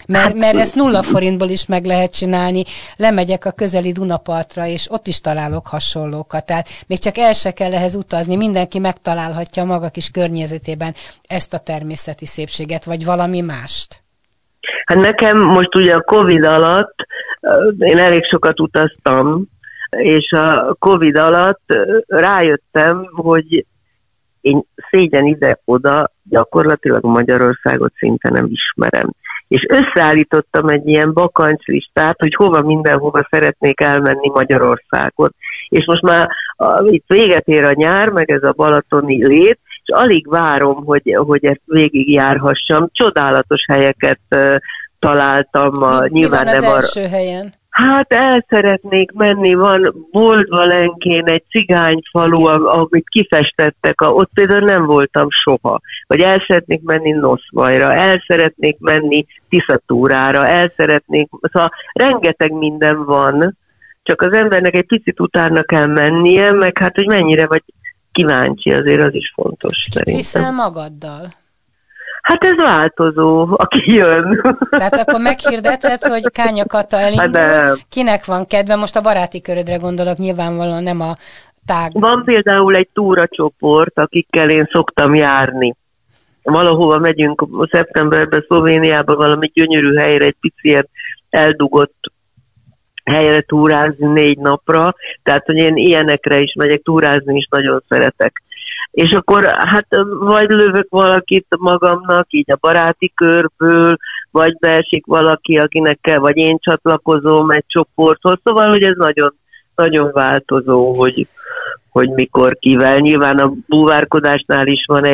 [SPEAKER 1] Mert ezt 0 forintból is meg lehet csinálni. Lemegyek a közeli Dunapartra, és ott is találok hasonlókat. Tehát még csak el se kell ehhez utazni, mindenki megtalálhatja a maga kis környezetében ezt a természeti szépséget, vagy valami mást.
[SPEAKER 2] Hát nekem most ugye a Covid alatt, én elég sokat utaztam, és a Covid alatt rájöttem, hogy én szégyen ide-oda gyakorlatilag Magyarországot szinte nem ismerem. És összeállítottam egy ilyen bakancslistát, hogy mindenhova szeretnék elmenni Magyarországon. És most már itt véget ér a nyár, meg ez a balatoni lét, és alig várom, hogy ezt végigjárhassam. Csodálatos helyeket találtam.
[SPEAKER 1] Mi van az első helyen?
[SPEAKER 2] Hát el szeretnék menni, van Boldvalenkén egy cigányfalu, amit kifestettek, ott például nem voltam soha. Vagy el szeretnék menni Noszvajra, el szeretnék menni Tiszatúrára, szóval rengeteg minden van, csak az embernek egy picit utána kell mennie, meg hát, hogy mennyire vagy kíváncsi, azért az is fontos szerintem.
[SPEAKER 1] Viszel magaddal?
[SPEAKER 2] Hát ez változó, aki jön.
[SPEAKER 1] Tehát akkor meghirdeted, hogy Kánya Kata elindul, kinek van kedve, most a baráti körödre gondolok, nyilvánvalóan nem a tág.
[SPEAKER 2] Van például egy túracsoport, akikkel én szoktam járni. Valahova megyünk szeptemberben Szlovéniába, valami gyönyörű helyre, egy pici ilyen eldugott helyre túrázni 4 napra, tehát hogy én ilyenekre is megyek, túrázni is nagyon szeretek. És akkor hát vagy lövök valakit magamnak, így a baráti körből, vagy beesik valaki, akinek kell, vagy én csatlakozom egy csoporthoz. Szóval, hogy ez nagyon, nagyon változó, hogy mikor kivel. Nyilván a búvárkodásnál is van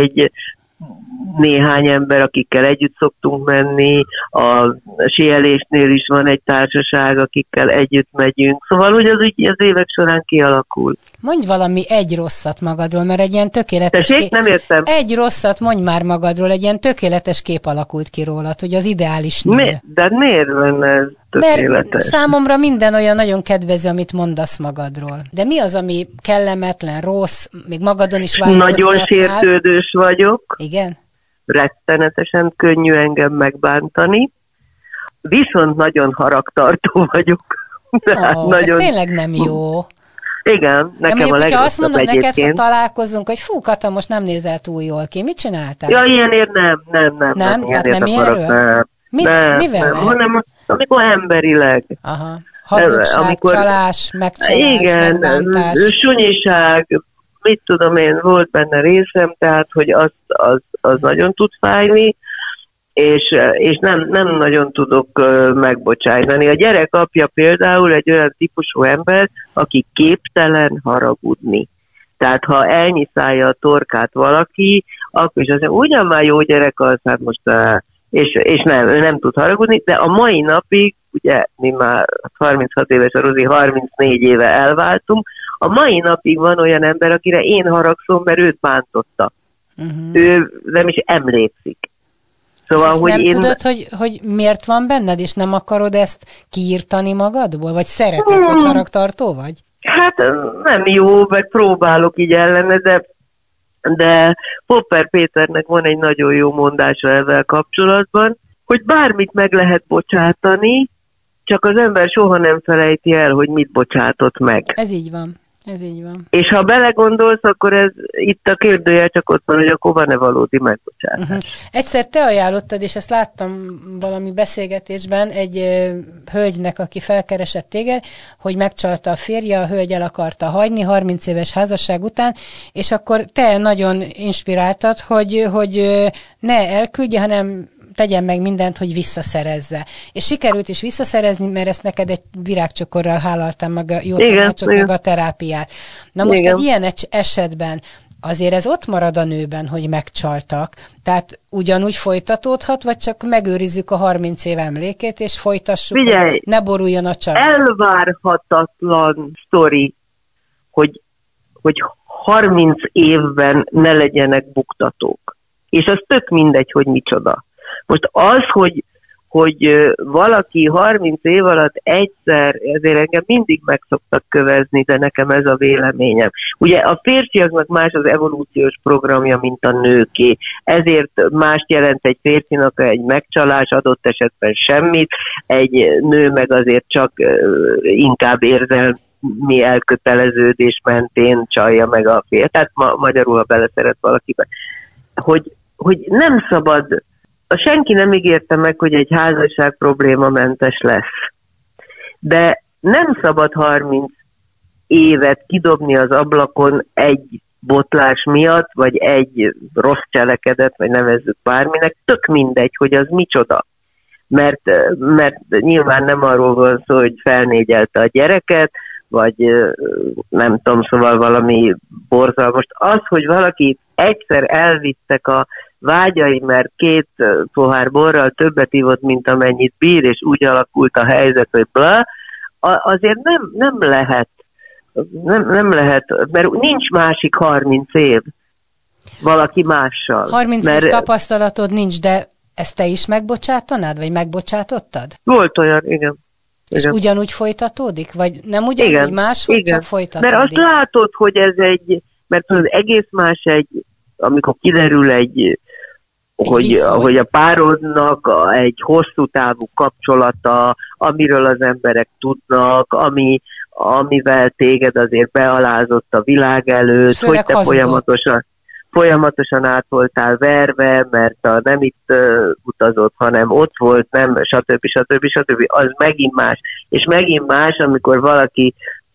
[SPEAKER 2] néhány ember, akikkel együtt szoktunk menni, a síelésnél is van egy társaság, akikkel együtt megyünk. Szóval, hogy az évek során kialakul.
[SPEAKER 1] Mondj valami egy rosszat magadról, mert egy ilyen tökéletes
[SPEAKER 2] nem értem.
[SPEAKER 1] Egy rosszat mondj már magadról, egy ilyen tökéletes kép alakult ki rólad, hogy az ideális nő.
[SPEAKER 2] De miért lenne ez tökéletes?
[SPEAKER 1] Mert számomra minden olyan nagyon kedvező, amit mondasz magadról. De mi az, ami kellemetlen, rossz, még magadon is változtatnál?
[SPEAKER 2] Nagyon sértődős vagyok.
[SPEAKER 1] Igen?
[SPEAKER 2] Rettenetesen könnyű engem megbántani. Viszont nagyon haragtartó vagyok.
[SPEAKER 1] Nagyon... Ez tényleg nem jó.
[SPEAKER 2] Igen, nekem a legrosszabb
[SPEAKER 1] ha azt mondom
[SPEAKER 2] egyébként.
[SPEAKER 1] Neked, ha találkozunk, hogy fú, Kata, most nem nézel túl jól ki. Mit csináltál?
[SPEAKER 2] Ja, ilyenért nem.
[SPEAKER 1] Nem? Tehát nem ilyenről? Mivel?
[SPEAKER 2] Hanem amikor emberileg.
[SPEAKER 1] Aha. Hazugság, csalás, megcsalás, megbántás.
[SPEAKER 2] Sunyiság, mit tudom én, volt benne részem, tehát, hogy az nagyon tud fájni, és nem nagyon tudok megbocsájtani. A gyerek apja például egy olyan típusú ember, aki képtelen haragudni. Tehát ha elnyiszálja a torkát valaki, akkor is azt mondja, ugyan már jó gyerek az, hát most, és nem, ő nem tud haragudni, de a mai napig, ugye mi már 36 éves, a Rozi 34 éve elváltunk, a mai napig van olyan ember, akire én haragszom, mert őt bántotta. Ő nem is emlékszik. Szóval,
[SPEAKER 1] hogy nem tudod, hogy miért van benned, és nem akarod ezt kiírtani magadból? Vagy szereted, vagy haragtartó vagy?
[SPEAKER 2] Hát nem jó, meg próbálok így ellene, de Popper Péternek van egy nagyon jó mondása ezzel kapcsolatban, hogy bármit meg lehet bocsátani, csak az ember soha nem felejti el, hogy mit bocsátott meg.
[SPEAKER 1] Ez így van. Ez így van.
[SPEAKER 2] És ha belegondolsz, akkor ez itt a kérdője csak ott van, hogy akkor van-e valódi megbocsátás.
[SPEAKER 1] Egyszer te ajánlottad, és ezt láttam valami beszélgetésben, egy hölgynek, aki felkeresett téged, hogy megcsalta a férje, a hölgy el akarta hagyni 30 éves házasság után, és akkor te nagyon inspiráltad, hogy ne elküldje, hanem tegyen meg mindent, hogy visszaszerezze. És sikerült is visszaszerezni, mert ezt neked egy virágcsokorral hálaltam meg a jó tanácsot, meg a terápiát. Na most egy ilyen esetben azért ez ott marad a nőben, hogy megcsaltak. Tehát ugyanúgy folytatódhat, vagy csak megőrizzük a 30 év emlékét, és folytassuk,
[SPEAKER 2] Figyelj,
[SPEAKER 1] hogy ne boruljon a család.
[SPEAKER 2] Elvárhatatlan sztori, hogy 30 évben ne legyenek buktatók. És az tök mindegy, hogy micsoda. Most az, hogy valaki 30 év alatt egyszer, ezért engem mindig meg szoktak kövezni, de nekem ez a véleményem. Ugye a férfiaknak más az evolúciós programja, mint a nőké. Ezért mást jelent egy férfinak egy megcsalás, adott esetben semmit, egy nő meg azért csak inkább érzelmi elköteleződés mentén csalja meg a férj. Tehát magyarul, ha beleszeret valakibe. Hogy nem szabad, senki nem ígérte meg, hogy egy házasság problémamentes lesz. De nem szabad 30 évet kidobni az ablakon egy botlás miatt, vagy egy rossz cselekedet, vagy nevezzük bárminek, tök mindegy, hogy az micsoda. Mert nyilván nem arról van szó, hogy felnégyelte a gyereket, vagy nem tudom, szóval valami borzalmas. Az, hogy valaki egyszer elvittek a vágyai, mert 2 pohár borral többet ivott, mint amennyit bír, és úgy alakult a helyzet, hogy azért nem lehet, mert nincs másik 30 év valaki mással.
[SPEAKER 1] 30 év tapasztalatod nincs, de ezt te is megbocsátanád, vagy megbocsátottad?
[SPEAKER 2] Volt olyan, igen.
[SPEAKER 1] És ugyanúgy folytatódik? Vagy nem ugyanúgy, igen, máshogy, igen, csak folytatódik?
[SPEAKER 2] Mert azt látod, hogy ez mert az egész más amikor kiderül hogy a párodnak egy hosszú távú kapcsolata, amiről az emberek tudnak, amivel téged azért bealázott a világ előtt, hogy te folyamatosan át voltál verve, mert nem itt utazott, hanem ott volt, nem, stb. Az megint más. És megint más, amikor valaki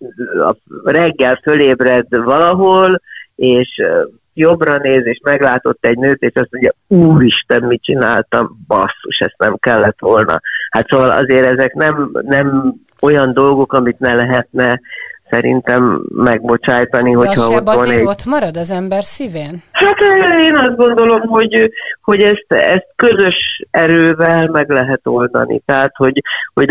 [SPEAKER 2] reggel fölébred valahol, és jobbra néz, és meglátott egy nőt, és azt mondja, úristen, mit csináltam, basszus, ezt nem kellett volna. Hát szóval azért ezek nem olyan dolgok, amit ne lehetne szerintem megbocsájtani, hogyha ott van
[SPEAKER 1] azért ott marad az ember szívén?
[SPEAKER 2] Hát én azt gondolom, hogy ezt közös erővel meg lehet oldani. Tehát, hogy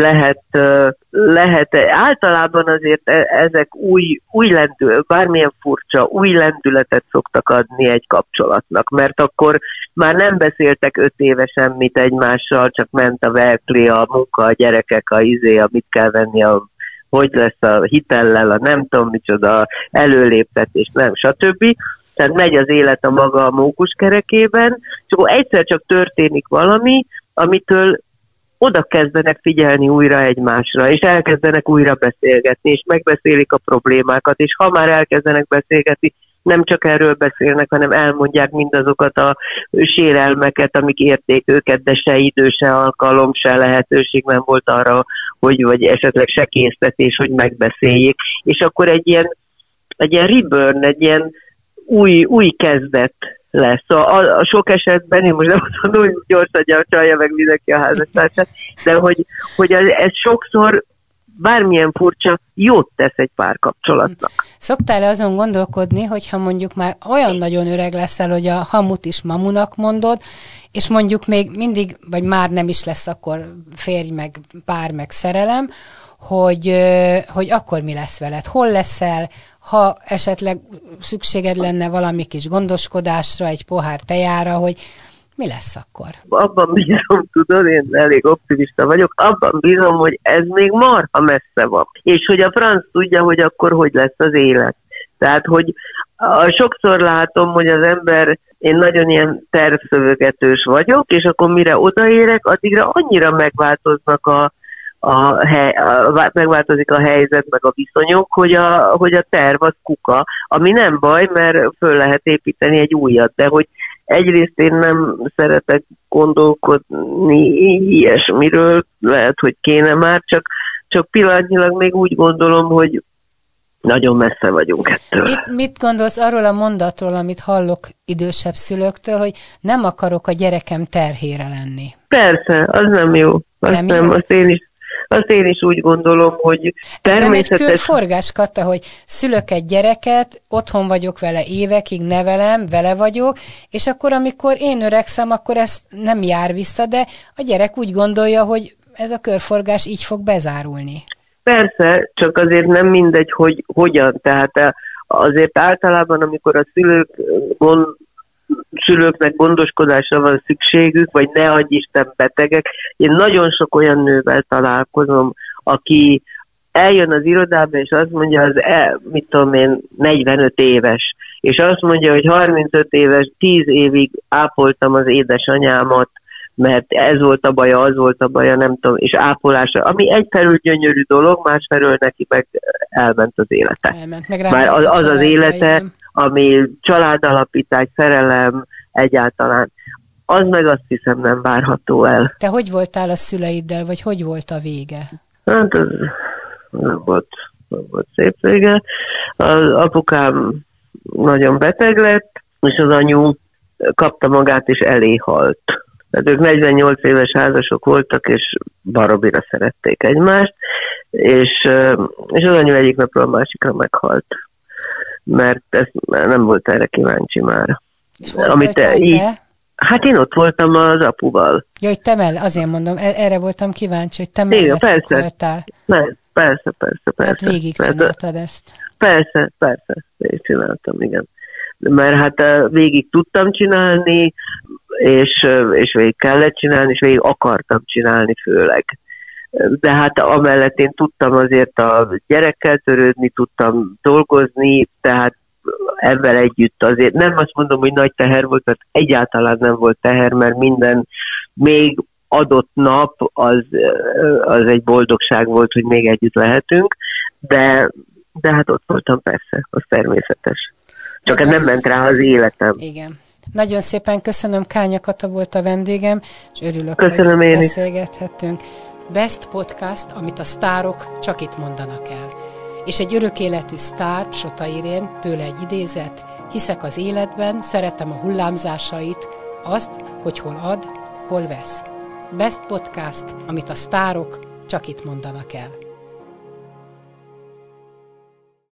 [SPEAKER 2] lehet általában azért ezek új lendületet, bármilyen furcsa, új lendületet szoktak adni egy kapcsolatnak, mert akkor már nem beszéltek 5 éve semmit egymással, csak ment a verkli, a munka, a gyerekek, amit kell venni, hogy lesz a hitellel, a nem tudom micsoda, előléptetés, nem, stb. Tehát megy az élet a maga a mókuskerekében, és akkor egyszer csak történik valami, amitől oda kezdenek figyelni újra egymásra, és elkezdenek újra beszélgetni, és megbeszélik a problémákat, és ha már elkezdenek beszélgetni, nem csak erről beszélnek, hanem elmondják mindazokat a sérelmeket, amik érték őket, de se idő, se alkalom, se lehetőség nem volt arra, vagy esetleg se késztetés, hogy megbeszéljék. És akkor egy ilyen reburn, egy ilyen új kezdet lesz. A sok esetben, én most nem mondom, hogy gyorsan csalja meg mindenki a házastársát, de hogy ez sokszor bármilyen furcsa, jót tesz egy párkapcsolatnak.
[SPEAKER 1] Szoktál azon gondolkodni, hogyha mondjuk már olyan nagyon öreg leszel, hogy a hamut is mamunak mondod, és mondjuk még mindig, vagy már nem is lesz akkor férj, meg pár, meg szerelem, hogy akkor mi lesz veled? Hol leszel? Ha esetleg szükséged lenne valami kis gondoskodásra, egy pohár tejára, hogy mi lesz akkor?
[SPEAKER 2] Abban bízom, tudod, én elég optimista vagyok, abban bízom, hogy ez még marha messze van. És hogy a franc tudja, hogy akkor hogy lesz az élet. Tehát, hogy sokszor látom, hogy az ember, én nagyon ilyen tervszövegetős vagyok, és akkor mire odaérek, addigra annyira megváltoznak megváltozik a helyzet, meg a viszonyok, hogy a terv az kuka, ami nem baj, mert föl lehet építeni egy újat, de hogy egyrészt én nem szeretek gondolkodni ilyesmiről, lehet, hogy kéne már, csak pillanatnyilag még úgy gondolom, hogy nagyon messze vagyunk ettől.
[SPEAKER 1] Mit gondolsz arról a mondatról, amit hallok idősebb szülőktől, hogy nem akarok a gyerekem terhére lenni?
[SPEAKER 2] Persze, az nem jó. Azt én is úgy gondolom, hogy természetes...
[SPEAKER 1] Ez nem egy körforgás, Kata, hogy szülök egy gyereket, otthon vagyok vele évekig, nevelem, vele vagyok, és akkor, amikor én öregszem, akkor ezt nem jár vissza, de a gyerek úgy gondolja, hogy ez a körforgás így fog bezárulni.
[SPEAKER 2] Persze, csak azért nem mindegy, hogy hogyan. Tehát azért általában, amikor a szülők szülőknek gondoskodásra van szükségük, vagy ne adj Isten betegek. Én nagyon sok olyan nővel találkozom, aki eljön az irodába, és azt mondja, mit tudom én, 45 éves, és azt mondja, hogy 35 éves, 10 évig ápoltam az édesanyámat, mert ez volt a baja, az volt a baja, nem tudom, és ápolása, ami egyfelől gyönyörű dolog, másfelől neki meg elment az élete. Már az élete, ami családalapítás, szerelem egyáltalán, az meg azt hiszem nem várható el.
[SPEAKER 1] Te hogy voltál a szüleiddel, vagy hogy volt a vége?
[SPEAKER 2] Hát ez nem volt szép vége. Az apukám nagyon beteg lett, és az anyu kapta magát, és elé halt. Tehát ők 48 éves házasok voltak, és baromira szerették egymást, és az anyu egyik napról a másikra meghalt. Mert ez nem volt erre kíváncsi már.
[SPEAKER 1] És hol voltál te?
[SPEAKER 2] Hát én ott voltam az apuval.
[SPEAKER 1] Ja, hogy te azért mondom, erre voltam kíváncsi, hogy te mellett voltál.
[SPEAKER 2] Persze.
[SPEAKER 1] Hát végig csináltad ezt.
[SPEAKER 2] Persze, végig csináltam, igen. Mert hát végig tudtam csinálni, és végig kellett csinálni, és végig akartam csinálni főleg. De hát amellett én tudtam azért a gyerekkel törődni, tudtam dolgozni, tehát ebben együtt azért nem azt mondom, hogy nagy teher volt, mert egyáltalán nem volt teher, mert minden még adott nap az egy boldogság volt, hogy még együtt lehetünk, de hát ott voltam persze, az természetes. Csak ez nem ment rá az életem.
[SPEAKER 1] Igen. Nagyon szépen köszönöm, Kányi Kata volt a vendégem, és örülök,
[SPEAKER 2] köszönöm,
[SPEAKER 1] hogy beszélgethettünk. Best Podcast, amit a sztárok csak itt mondanak el. És egy örök életű sztár, Sota Irén, tőle egy idézet: hiszek az életben, szeretem a hullámzásait, azt, hogy hol ad, hol vesz. Best Podcast, amit a sztárok csak itt mondanak el.